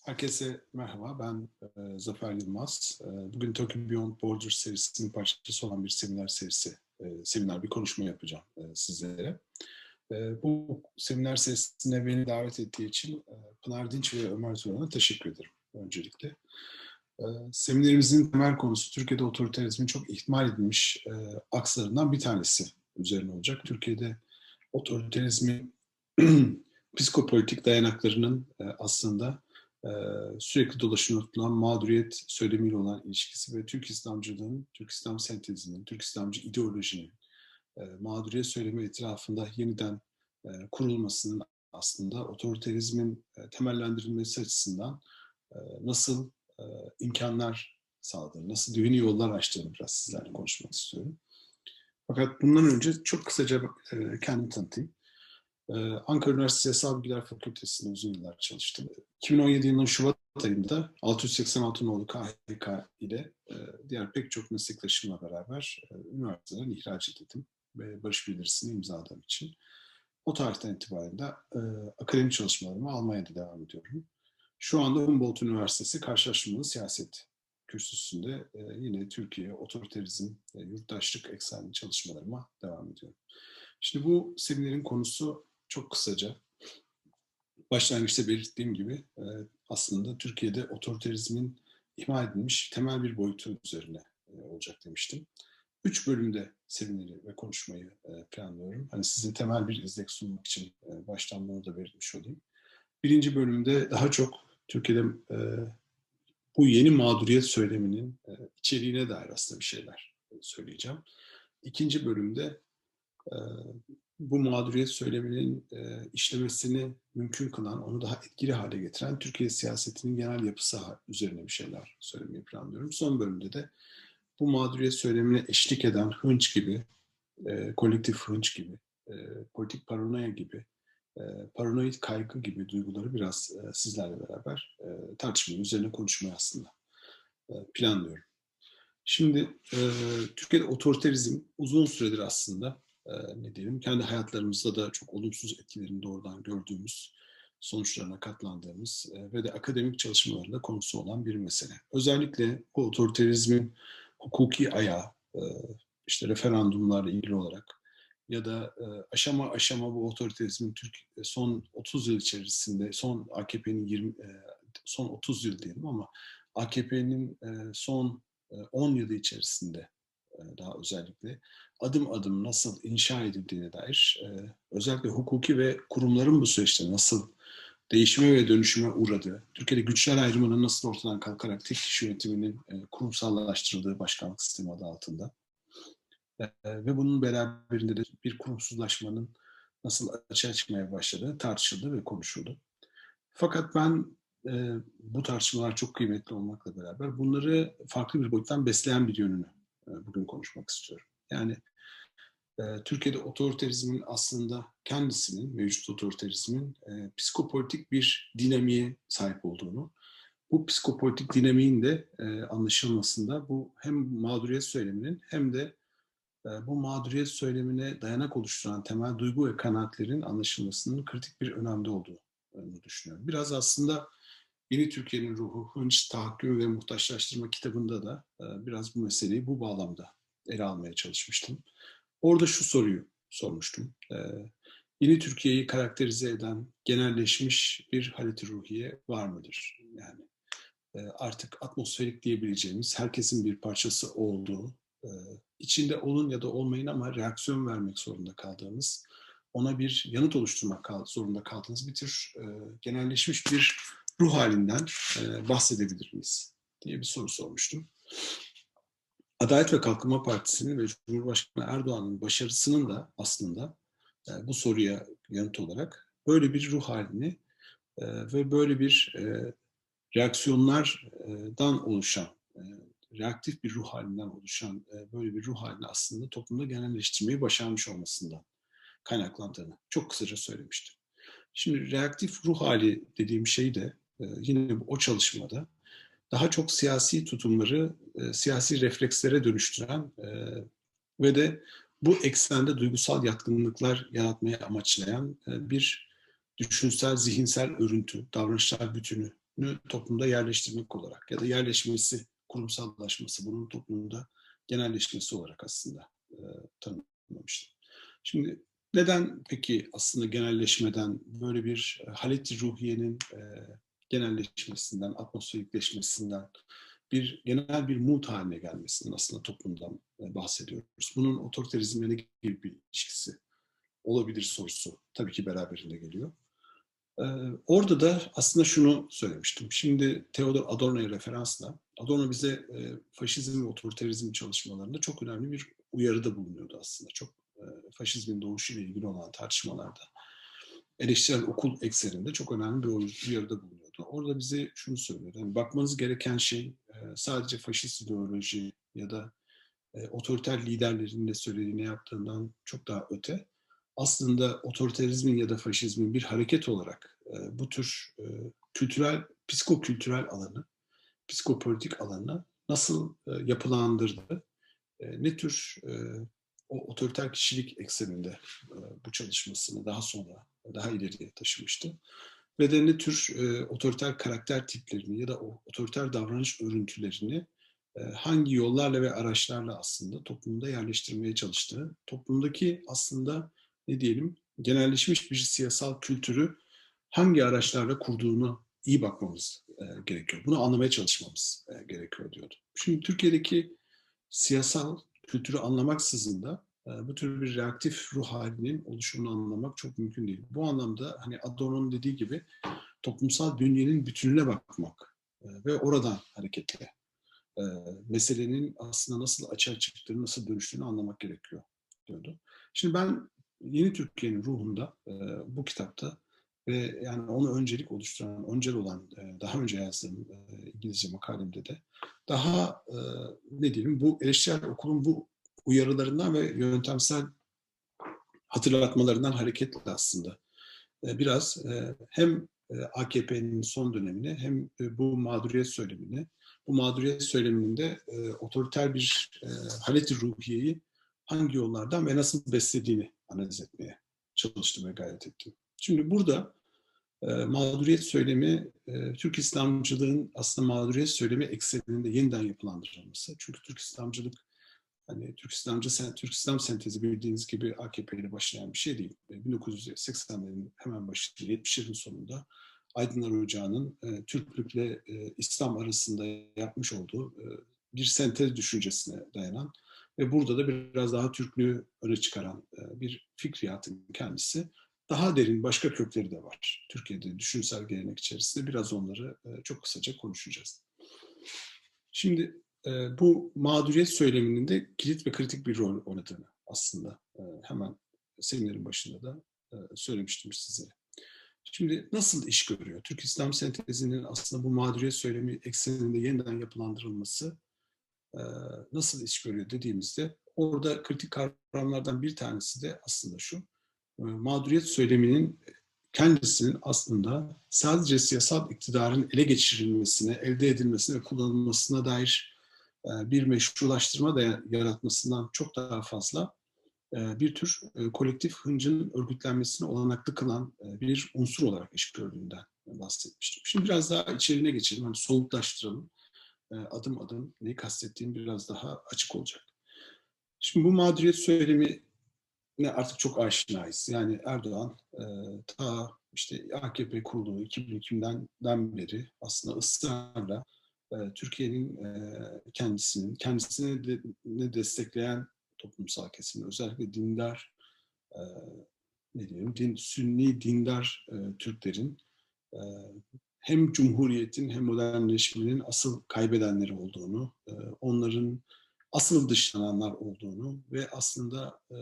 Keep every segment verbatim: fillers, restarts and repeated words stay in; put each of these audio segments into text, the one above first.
Herkese merhaba, ben e, Zafer Yılmaz. E, bugün Turkey Beyond Borders serisinin parçası olan bir seminer serisi, e, seminer bir konuşma yapacağım e, sizlere. E, bu seminer serisine beni davet ettiği için e, Pınar Dinç ve Ömer Turan'a teşekkür ederim öncelikle. E, seminerimizin temel konusu Türkiye'de otoriterizmin çok ihmal edilmiş e, akslarından bir tanesi üzerine olacak. Türkiye'de otoriterizmin psikopolitik dayanaklarının e, aslında e, sürekli dolaşılan mağduriyet söylemiyle olan ilişkisi ve Türk İslamcılığın, Türk İslam sentezinin, Türk İslamcı ideolojinin e, mağduriyet söylemi etrafında yeniden e, kurulmasının aslında otoriterizmin e, temellendirilmesi açısından e, nasıl e, imkanlar sağladığını, nasıl yeni yollar açtığını biraz sizlerle konuşmak istiyorum. Fakat bundan önce çok kısaca e, kendimi tanıtayım. Ankara Üniversitesi Siyasal Bilgiler Fakültesi'nde uzun yıllar çalıştım. iki bin on yedi yılının Şubat ayında altı yüz seksen altı nolu K H K ile diğer pek çok meslektaşımla beraber üniversiteden ihraç edildim ve barış bildirisini imzaladığım için. O tarihten itibaren de akademik çalışmalarıma Almanya'da devam ediyorum. Şu anda Humboldt Üniversitesi Karşılaştırmalı Siyaset Kürsüsü'nde yine Türkiye, otoriterizm, yurttaşlık eksenli çalışmalarıma devam ediyorum. Şimdi bu seminerin konusu çok kısaca, başlangıçta belirttiğim gibi aslında Türkiye'de otoriterizmin ihmal edilmiş temel bir boyutu üzerine olacak demiştim. Üç bölümde semineri ve konuşmayı planlıyorum. Hani size temel bir izlek sunmak için baştan bunu da belirtmiş olayım. Birinci bölümde daha çok Türkiye'de bu yeni mağduriyet söyleminin içeriğine dair aslında bir şeyler söyleyeceğim. İkinci bölümde bu mağduriyet söyleminin e, işlemesini mümkün kılan, onu daha etkili hale getiren Türkiye siyasetinin genel yapısı üzerine bir şeyler söylemeyi planlıyorum. Son bölümde de bu mağduriyet söylemine eşlik eden hınç gibi, e, kolektif hınç gibi, e, politik paranoya gibi, e, paranoid kaygı gibi duyguları biraz e, sizlerle beraber e, tartışmanın üzerine konuşmayı aslında e, planlıyorum. Şimdi e, Türkiye'de otoriterizm uzun süredir aslında e, ne diyelim kendi hayatlarımızda da çok olumsuz etkilerini doğrudan gördüğümüz, sonuçlarına katlandığımız e, ve de akademik çalışmalarında konusu olan bir mesele. Özellikle bu otoriterizmin hukuki ayağı, e, işte referandumlarla ilgili olarak ya da e, aşama aşama bu otoriterizmin Türk son otuz yıl içerisinde, son A K P'nin yirmi e, son otuz yıl diyelim ama A K P'nin e, son on yılı içerisinde daha özellikle adım adım nasıl inşa edildiğine dair özellikle hukuki ve kurumların bu süreçte nasıl değişime ve dönüşüme uğradığı, Türkiye'de güçler ayrımının nasıl ortadan kalkarak tek kişi yönetiminin kurumsallaştırıldığı başkanlık sistemi adı altında ve bunun beraberinde de bir kurumsuzlaşmanın nasıl açığa çıkmaya başladığı tartışıldı ve konuşuldu. Fakat ben e, bu tartışmalar çok kıymetli olmakla beraber bunları farklı bir boyuttan besleyen bir yönünü e, bugün konuşmak istiyorum. Yani e, Türkiye'de otoriterizmin aslında kendisinin, mevcut otoriterizmin e, psikopolitik bir dinamiğe sahip olduğunu, bu psikopolitik dinamiğin de e, anlaşılmasında bu hem mağduriyet söyleminin hem de e, bu mağduriyet söylemine dayanak oluşturan temel duygu ve kanaatlerin anlaşılmasının kritik bir önemde olduğu düşünüyorum. Biraz aslında Yeni Türkiye'nin ruhu, hınç, tahakküm ve muhtaçlaştırma kitabında da biraz bu meseleyi bu bağlamda ele almaya çalışmıştım. Orada şu soruyu sormuştum. Yeni Türkiye'yi karakterize eden genelleşmiş bir halet-i ruhiye var mıdır? Yani artık atmosferik diyebileceğimiz, herkesin bir parçası olduğu, içinde olun ya da olmayın ama reaksiyon vermek zorunda kaldığımız, ona bir yanıt oluşturmak zorunda kaldığınız bir tür e, genelleşmiş bir ruh halinden e, bahsedebilir miyiz diye bir soru sormuştum. Adalet ve Kalkınma Partisi'nin ve Cumhurbaşkanı Erdoğan'ın başarısının da aslında e, bu soruya yanıt olarak böyle bir ruh halini e, ve böyle bir e, reaksiyonlardan oluşan, e, reaktif bir ruh halinden oluşan e, böyle bir ruh halini aslında toplumda genelleştirmeyi başarmış olmasından kaynaklandığını çok kısaca söylemiştim. Şimdi reaktif ruh hali dediğim şey de e, yine o çalışmada daha çok siyasi tutumları e, siyasi reflekslere dönüştüren e, ve de bu eksende duygusal yatkınlıklar yaratmaya amaçlayan e, bir düşünsel, zihinsel örüntü, davranışlar bütünü toplumda yerleştirmek olarak ya da yerleşmesi, kurumsallaşması, bunun toplumda genelleşmesi olarak aslında e, tanımlamıştım. Şimdi neden peki aslında genelleşmeden, böyle bir halet-i ruhiyenin e, genelleşmesinden, atmosferikleşmesinden, bir genel bir mood haline gelmesinden aslında toplumdan e, bahsediyoruz. Bunun otoriterizmle ne gibi bir ilişkisi olabilir sorusu tabii ki beraberinde geliyor. Ee, orada da aslında şunu söylemiştim. Şimdi Theodor Adorno'ya referansla, Adorno bize e, faşizm ve otoriterizm çalışmalarında çok önemli bir uyarıda bulunuyordu aslında. Çok e, faşizmin doğuşuyla ilgili olan tartışmalarda, eleştirel okul ekseninde çok önemli bir uyarıda bulunuyordu. Orada bize şunu söylüyordu. Yani bakmanız gereken şey e, sadece faşist ideoloji ya da e, otoriter liderlerin de söylediğini yaptığından çok daha öte. Aslında otoriterizmin ya da faşizmin bir hareket olarak e, bu tür e, kültürel, psikokültürel alanı, psikopolitik alanı nasıl e, yapılandırdı, e, ne tür e, o otoriter kişilik ekseninde e, bu çalışmasını daha sonra, daha ileriye taşımıştı. Ve de ne tür e, otoriter karakter tiplerini ya da o otoriter davranış örüntülerini e, hangi yollarla ve araçlarla aslında toplumda yerleştirmeye çalıştığı, toplumdaki aslında ne diyelim genelleşmiş bir siyasal kültürü hangi araçlarla kurduğunu iyi bakmamız e, gerekiyor. Bunu anlamaya çalışmamız e, gerekiyor diyordu. Şimdi Türkiye'deki siyasal kültürü anlamaksızın da e, bu tür bir reaktif ruh halinin oluşumunu anlamak çok mümkün değil. Bu anlamda hani Adorno'nun dediği gibi toplumsal bünyenin bütününe bakmak e, ve oradan hareketle e, meselenin aslında nasıl açığa çıktığını, nasıl dönüştüğünü anlamak gerekiyor diyordu. Şimdi ben Yeni Türkiye'nin ruhunda e, bu kitapta ve yani onu öncelik oluşturan, öncel olan, e, daha önce yazdığım e, İngilizce makalemde de daha e, ne diyelim bu eleştirel okulun bu uyarılarından ve yöntemsel hatırlatmalarından hareketle aslında e, biraz e, hem e, A K P'nin son dönemini hem e, bu mağduriyet söylemini, bu mağduriyet söyleminin de e, otoriter bir e, halet-i ruhiyeyi hangi yollardan ve nasıl beslediğini analiz etmeye çalıştım ve gayret ettim. Şimdi burada e, mağduriyet söylemi, e, Türk İslamcılığın aslında mağduriyet söylemi ekseninde yeniden yapılandırılması. Çünkü Türk İslamcılık, hani Türk İslamcı, Türk İslam sentezi bildiğiniz gibi A K P ile başlayan bir şey değil. bin dokuz yüz seksenlerin hemen başında, yetmişlerin sonunda Aydınlar Ocağı'nın e, Türklükle e, İslam arasında yapmış olduğu e, bir sentez düşüncesine dayanan ve burada da biraz daha Türklüğü öne çıkaran e, bir fikriyatın kendisi. Daha derin başka kökleri de var. Türkiye'de düşünsel gelenek içerisinde biraz onları e, çok kısaca konuşacağız. Şimdi e, bu mağduriyet söyleminin de kilit ve kritik bir rol oynadığını aslında e, hemen seminerin başında da e, söylemiştim sizlere. Şimdi nasıl iş görüyor? Türk İslam sentezinin aslında bu mağduriyet söylemi ekseninde yeniden yapılandırılması e, nasıl iş görüyor dediğimizde orada kritik kavramlardan bir tanesi de aslında şu. E, mağduriyet söyleminin kendisinin aslında sadece siyasal iktidarın ele geçirilmesine, elde edilmesine ve kullanılmasına dair bir meşrulaştırma da yaratmasından çok daha fazla bir tür kolektif hıncın örgütlenmesine olanaklı kılan bir unsur olarak iş gördüğünden bahsetmiştim. Şimdi biraz daha içeriğine geçelim, hani somutlaştıralım. Adım adım neyi kastettiğim biraz daha açık olacak. Şimdi bu mağduriyet söylemi ne artık çok aşinayız. Yani Erdoğan e, ta işte A K P kurulduğu iki bin ikiden beri aslında ısrarla e, Türkiye'nin e, kendisinin, kendisini de, ne destekleyen toplumsal kesimin, özellikle dindar, e, ne diyelim, din, Sünni dindar e, Türklerin e, hem Cumhuriyet'in hem modernleşmenin asıl kaybedenleri olduğunu, e, onların asıl dışlananlar olduğunu ve aslında e,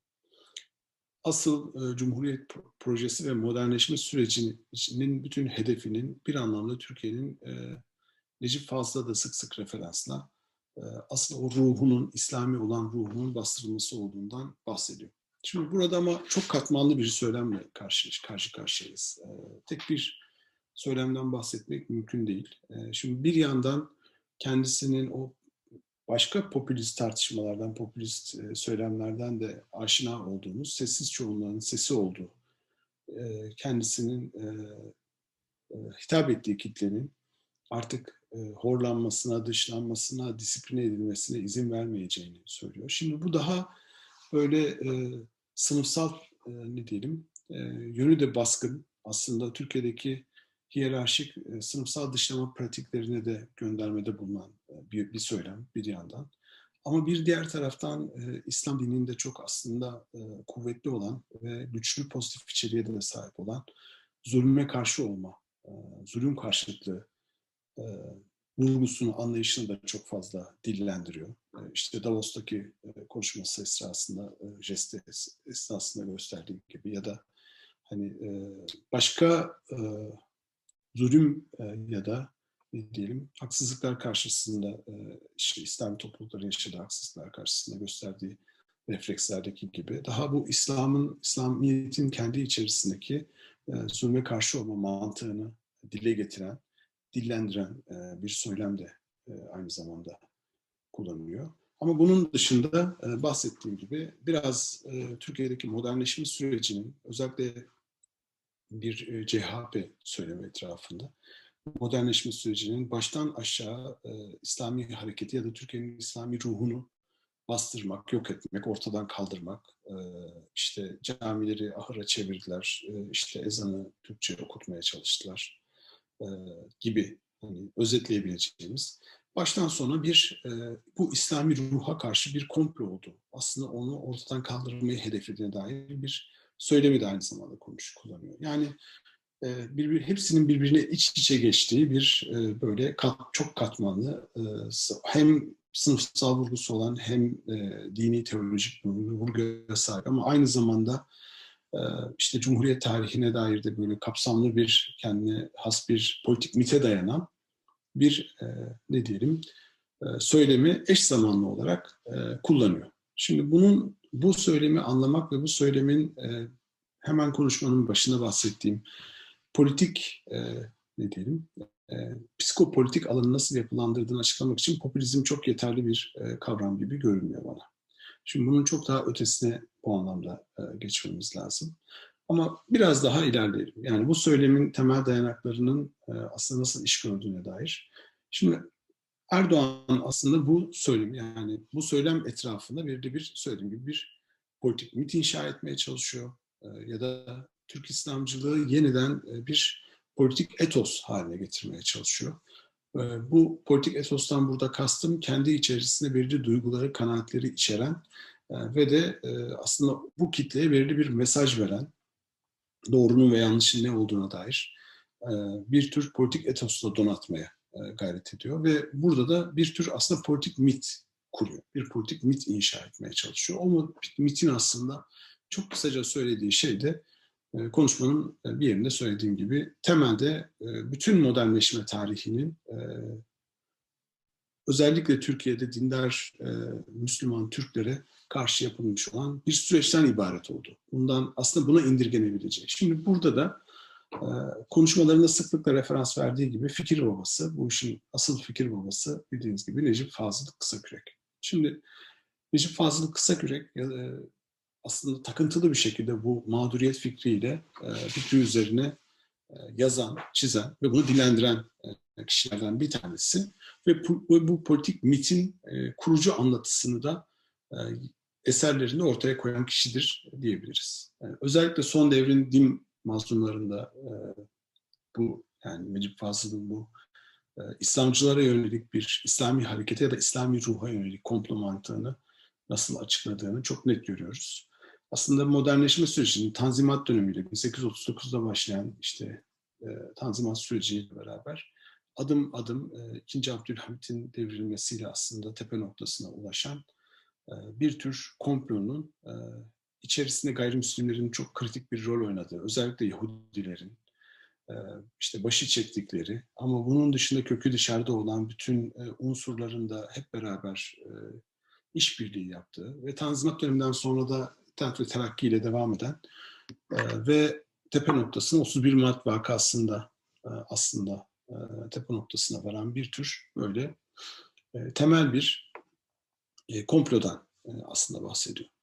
asıl e, Cumhuriyet projesi ve modernleşme sürecinin bütün hedefinin bir anlamda Türkiye'nin e, Necip Fazıl'a da sık sık referansla e, asıl o ruhunun, İslami olan ruhunun bastırılması olduğundan bahsediyor. Şimdi burada ama çok katmanlı bir söylemle karşı, karşı karşıyayız. E, tek bir söylemden bahsetmek mümkün değil. E, şimdi bir yandan kendisinin o başka popülist tartışmalardan, popülist e, söylemlerden de aşina olduğumuz, sessiz çoğunluğun sesi olduğu, e, kendisinin e, hitap ettiği kitlenin artık horlanmasına, dışlanmasına, disipline edilmesine izin vermeyeceğini söylüyor. Şimdi bu daha böyle sınıfsal ne diyelim yönü de baskın. Aslında Türkiye'deki hiyerarşik sınıfsal dışlama pratiklerine de göndermede bulunan bir, bir söylem bir yandan. Ama bir diğer taraftan e, İslam dininde çok aslında e, kuvvetli olan ve güçlü pozitif içeriğe de sahip olan zulüme karşı olma, e, zulüm karşıtlığı e, vurgusunu, anlayışını da çok fazla dillendiriyor. E, işte Davos'taki e, konuşması esnasında, e, jesti esnasında gösterdiği gibi ya da hani e, başka e, zulüm e, ya da ne diyelim haksızlıklar karşısında e, işte İslami toplulukların yaşadığı haksızlıklar karşısında gösterdiği reflekslerdeki gibi daha bu İslam'ın, İslamiyet'in kendi içerisindeki e, zulme karşı olma mantığını dile getiren, dillendiren e, bir söylem de e, aynı zamanda kullanılıyor. Ama bunun dışında e, bahsettiğim gibi biraz e, Türkiye'deki modernleşme sürecinin özellikle bir e, C H P söylemi etrafında modernleşme sürecinin baştan aşağı e, İslami hareketi ya da Türkiye'nin İslami ruhunu bastırmak, yok etmek, ortadan kaldırmak, e, işte camileri ahıra çevirdiler, e, işte ezanı Türkçe okutmaya çalıştılar e, gibi hani özetleyebileceğimiz baştan sona bir e, bu İslami ruha karşı bir komplo oldu. Aslında onu ortadan kaldırmayı hedeflediğine dair bir söylemi de aynı zamanda konuş kullanıyor. Yani e, birbir, hepsinin birbirine iç içe geçtiği bir e, böyle kat, çok katmanlı e, hem sınıfsal vurgusu olan hem e, dini teolojik vurguya sahip ama aynı zamanda e, işte Cumhuriyet tarihine dair de böyle kapsamlı bir kendine has bir politik mite dayanan bir e, ne diyelim e, söylemi eş zamanlı olarak e, kullanıyor. Şimdi bunun bu söylemi anlamak ve bu söylemin e, hemen konuşmanın başında bahsettiğim politik e, ne diyelim e, psikopolitik alanı nasıl yapılandırdığını açıklamak için popülizm çok yeterli bir e, kavram gibi görünmüyor bana. Şimdi bunun çok daha ötesine bu anlamda e, geçmemiz lazım. Ama biraz daha ilerleyelim. Yani bu söylemin temel dayanaklarının e, aslında nasıl iş gördüğüne dair. Şimdi Erdoğan aslında bu söylem yani bu söylem etrafında bir de bir söylediğim gibi bir politik mit inşa etmeye çalışıyor e, ya da Türk İslamcılığı yeniden e, bir politik etos haline getirmeye çalışıyor. E, bu politik etostan burada kastım kendi içerisinde belirli duyguları, kanaatleri içeren e, ve de e, aslında bu kitleye belirli bir mesaj veren, doğrunun ve yanlışın ne olduğuna dair e, bir tür politik etosla donatmaya e, gayret ediyor ve burada da bir tür aslında politik mit kuruyor. Bir politik mit inşa etmeye çalışıyor. O mitin aslında çok kısaca söylediği şey de e, konuşmanın bir yerinde söylediğim gibi temelde e, bütün modernleşme tarihinin e, özellikle Türkiye'de dindar e, Müslüman Türklere karşı yapılmış olan bir süreçten ibaret oldu. Bundan aslında buna indirgenebilecek. Şimdi burada da e, konuşmalarında sıklıkla referans verdiği gibi fikir babası, bu işin asıl fikir babası bildiğiniz gibi Necip Fazıl Kısakürek. Şimdi Necip Fazıl Kısakürek e, aslında takıntılı bir şekilde bu mağduriyet fikriyle e, fikri üzerine e, yazan, çizen ve bunu dilendiren e, kişilerden bir tanesi. Ve bu, bu politik mitin e, kurucu anlatısını da e, eserlerinde ortaya koyan kişidir diyebiliriz. Yani özellikle son devrin din mazlumlarında e, bu yani Necip Fazıl'ın bu e, İslamcılara yönelik bir İslami harekete ya da İslami ruha yönelik komplo mantığını nasıl açıkladığını çok net görüyoruz. Aslında modernleşme sürecinin Tanzimat dönemiyle bin sekiz yüz otuz dokuzda başlayan işte e, Tanzimat süreciyle beraber adım adım e, ikinci. Abdülhamit'in devrilmesiyle aslında tepe noktasına ulaşan e, bir tür komplonun e, içerisinde gayrimüslimlerin çok kritik bir rol oynadığı, özellikle Yahudilerin e, işte başı çektikleri ama bunun dışında kökü dışarıda olan bütün e, unsurların da hep beraber e, işbirliği yaptığı ve Tanzimat döneminden sonra da İttihat ve Terakki ile devam eden e, ve tepe noktasına otuz bir Mart vakasında e, aslında e, tepe noktasına varan bir tür böyle e, temel bir e, komplodan e, aslında bahsediyor.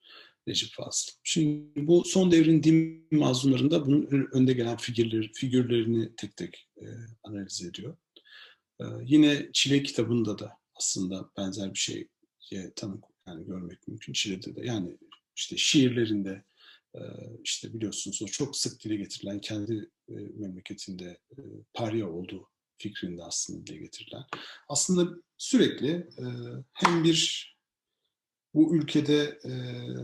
Necip Fazıl. Şimdi bu son devrin din mazlumlarında bunun önde gelen figürleri, figürlerini tek tek e, analiz ediyor. E, yine Çile kitabında da aslında benzer bir şeye tanık yani görmek mümkün. Çile'de de yani işte şiirlerinde e, işte biliyorsunuz o çok sık dile getirilen kendi e, memleketinde e, parya olduğu fikrinde aslında dile getirilen. Aslında sürekli e, hem bir bu ülkede e,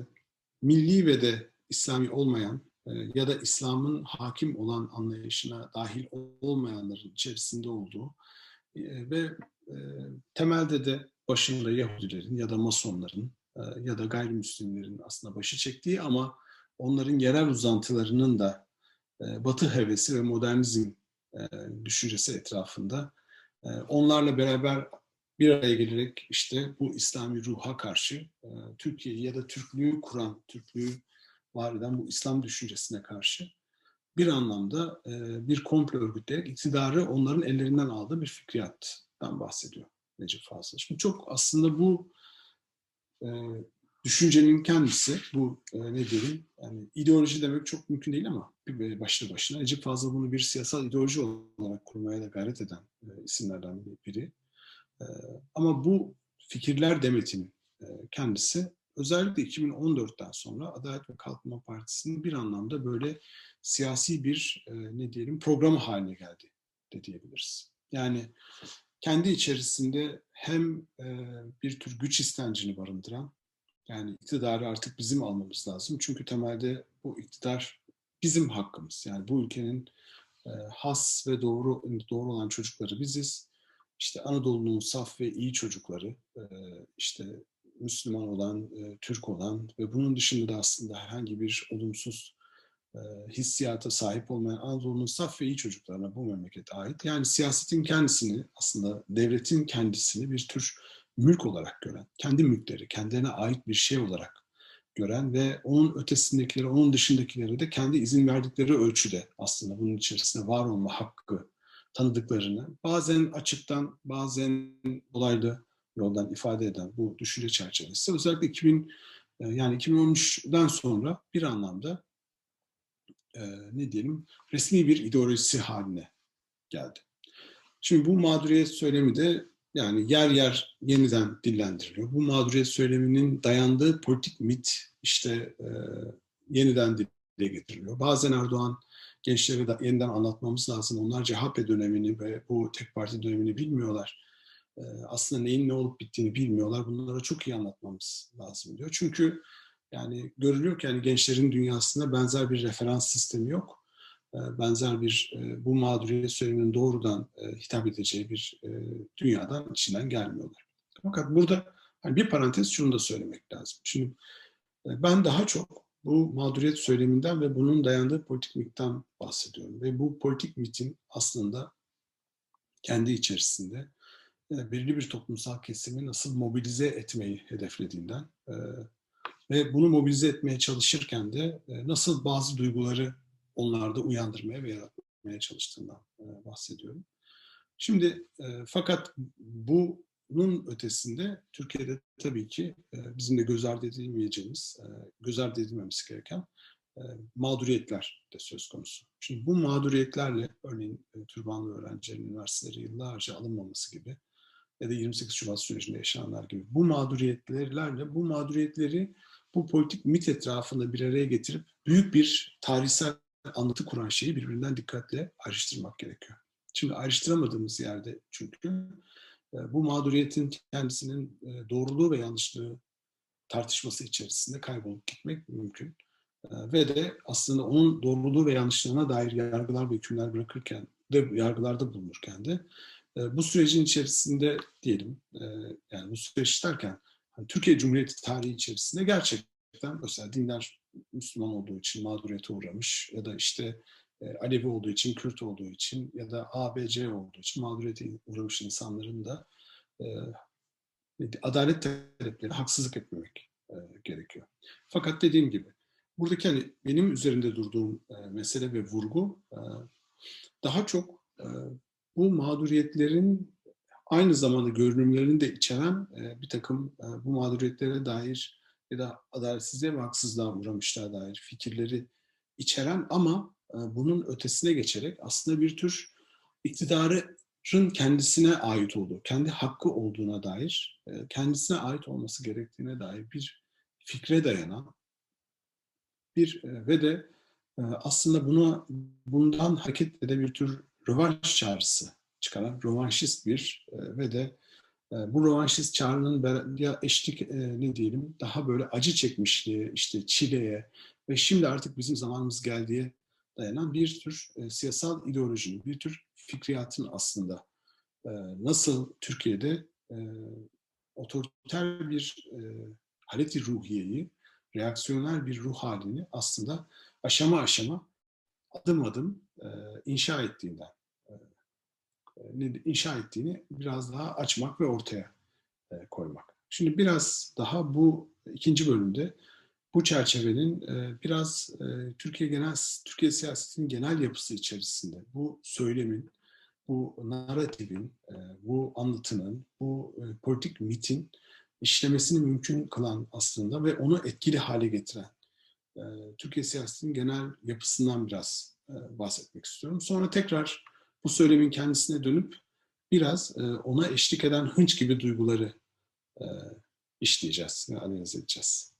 milli ve de İslami olmayan e, ya da İslam'ın hakim olan anlayışına dahil olmayanların içerisinde olduğu e, ve e, temelde de başında Yahudilerin ya da Masonların e, ya da gayrimüslimlerin aslında başı çektiği ama onların yerel uzantılarının da e, Batı hevesi ve modernizm e, düşüncesi etrafında e, onlarla beraber bir araya gelerek işte bu İslami ruha karşı e, Türkiye'yi ya da Türklüğü kuran, Türklüğü var eden bu İslam düşüncesine karşı bir anlamda e, bir komplo örgütleyerek iktidarı onların ellerinden aldığı bir fikriyattan bahsediyor Necip Fazıl. Şimdi çok aslında bu e, düşüncenin kendisi, bu e, ne diyelim, yani ideoloji demek çok mümkün değil ama bir başlı başına Necip Fazıl bunu bir siyasal ideoloji olarak kurmaya da gayret eden e, isimlerden biri. E, ama bu fikirler demetinin e, kendisi özellikle iki bin on dörtten sonra Adalet ve Kalkınma Partisi'nin bir anlamda böyle siyasi bir e, ne diyelim programı haline geldi de diyebiliriz. Yani kendi içerisinde hem e, bir tür güç istencini barındıran, yani iktidarı artık bizim almamız lazım. Çünkü temelde bu iktidar bizim hakkımız. Yani bu ülkenin e, has ve doğru doğru olan çocukları biziz. İşte Anadolu'nun saf ve iyi çocukları, e, işte Müslüman olan, e, Türk olan ve bunun dışında da aslında herhangi bir olumsuz e, hissiyata sahip olmayan Anadolu'nun saf ve iyi çocuklarına bu memlekete ait. Yani siyasetin kendisini, aslında devletin kendisini bir tür mülk olarak gören, kendi mülkleri, kendilerine ait bir şey olarak gören ve onun ötesindekileri, onun dışındakileri de kendi izin verdikleri ölçüde aslında bunun içerisinde var olma hakkı tanıdıklarını bazen açıktan, bazen dolaylı yoldan ifade eden bu düşünce çerçevesi özellikle iki bin yani iki bin on üçten sonra bir anlamda e, ne diyelim resmi bir ideolojisi haline geldi. Şimdi bu mağduriyet söylemi de yani yer yer yeniden dillendiriliyor. Bu mağduriyet söyleminin dayandığı politik mit işte e, yeniden dile getiriliyor. Bazen Erdoğan gençlere de yeniden anlatmamız lazım. Onlar C H P dönemini ve bu tek parti dönemini bilmiyorlar. E, aslında neyin ne olup bittiğini bilmiyorlar. Bunları çok iyi anlatmamız lazım diyor. Çünkü yani görülüyor ki yani gençlerin dünyasında benzer bir referans sistemi yok. Benzer bir bu mağduriyet söyleminin doğrudan hitap edeceği bir dünyadan içinden gelmiyorlar. Fakat burada hani bir parantez şunu da söylemek lazım. Şimdi ben daha çok bu mağduriyet söyleminden ve bunun dayandığı politik mitten bahsediyorum. Ve bu politik mitin aslında kendi içerisinde belirli bir toplumsal kesimi nasıl mobilize etmeyi hedeflediğinden ve bunu mobilize etmeye çalışırken de nasıl bazı duyguları onlarda uyandırmaya ve yaratmaya çalıştığından bahsediyorum. Şimdi fakat bunun ötesinde Türkiye'de tabii ki bizim de göz ardı edilmeyeceğimiz, göz ardı edilmemesi gereken mağduriyetler de söz konusu. Şimdi bu mağduriyetlerle örneğin türbanlı öğrencilerin üniversitelere yıllarca alınmaması gibi ya da yirmi sekiz Şubat sürecinde yaşananlar gibi bu mağduriyetlerle bu mağduriyetleri bu politik mit etrafında bir araya getirip büyük bir tarihsel anlatı kuran şeyi birbirinden dikkatle ayrıştırmak gerekiyor. Şimdi ayrıştıramadığımız yerde çünkü bu mağduriyetin kendisinin doğruluğu ve yanlışlığı tartışması içerisinde kaybolup gitmek mümkün. Ve de aslında onun doğruluğu ve yanlışlığına dair yargılar ve hükümler bırakırken de yargılarda bulunurken de bu sürecin içerisinde diyelim yani bu süreç derken hani Türkiye Cumhuriyeti tarihi içerisinde gerçekten mesela dinler Müslüman olduğu için mağduriyete uğramış ya da işte Alevi olduğu için, Kürt olduğu için ya da A B C olduğu için mağduriyete uğramış insanların da adalet talepleri haksızlık etmemek gerekiyor. Fakat dediğim gibi buradaki hani benim üzerinde durduğum mesele ve vurgu daha çok bu mağduriyetlerin aynı zamanda görünümlerini de içeren bir takım bu mağduriyetlere dair ya da adaletsizliğe ve haksızlığa uğramışlığa dair fikirleri içeren ama e, bunun ötesine geçerek aslında bir tür iktidarın kendisine ait olduğu, kendi hakkı olduğuna dair, e, kendisine ait olması gerektiğine dair bir fikre dayanan bir e, ve de e, aslında buna bundan hareket eden bir tür rövanş çağrısı çıkaran rövanşist bir e, ve de e, bu rövanşist çağrının ya eşlik e, ne diyelim daha böyle acı çekmişliğe, işte çileye ve şimdi artık bizim zamanımız geldiği dayanan bir tür e, siyasal ideolojinin, bir tür fikriyatın aslında e, nasıl Türkiye'de e, otoriter bir e, haleti ruhiyeyi, reaksiyoner bir ruh halini aslında aşama aşama, adım adım e, inşa ettiğinden, e, inşa ettiğini biraz daha açmak ve ortaya e, koymak. Şimdi biraz daha bu ikinci bölümde bu çerçevenin e, biraz e, Türkiye genel Türkiye siyasetinin genel yapısı içerisinde bu söylemin, bu narratifin, e, bu anlatının, bu e, politik mitin işlemesini mümkün kılan aslında ve onu etkili hale getiren e, Türkiye siyasetinin genel yapısından biraz e, bahsetmek istiyorum. Sonra tekrar bu söylemin kendisine dönüp biraz e, ona eşlik eden hınç gibi duyguları e, işleyeceğiz ve analiz edeceğiz.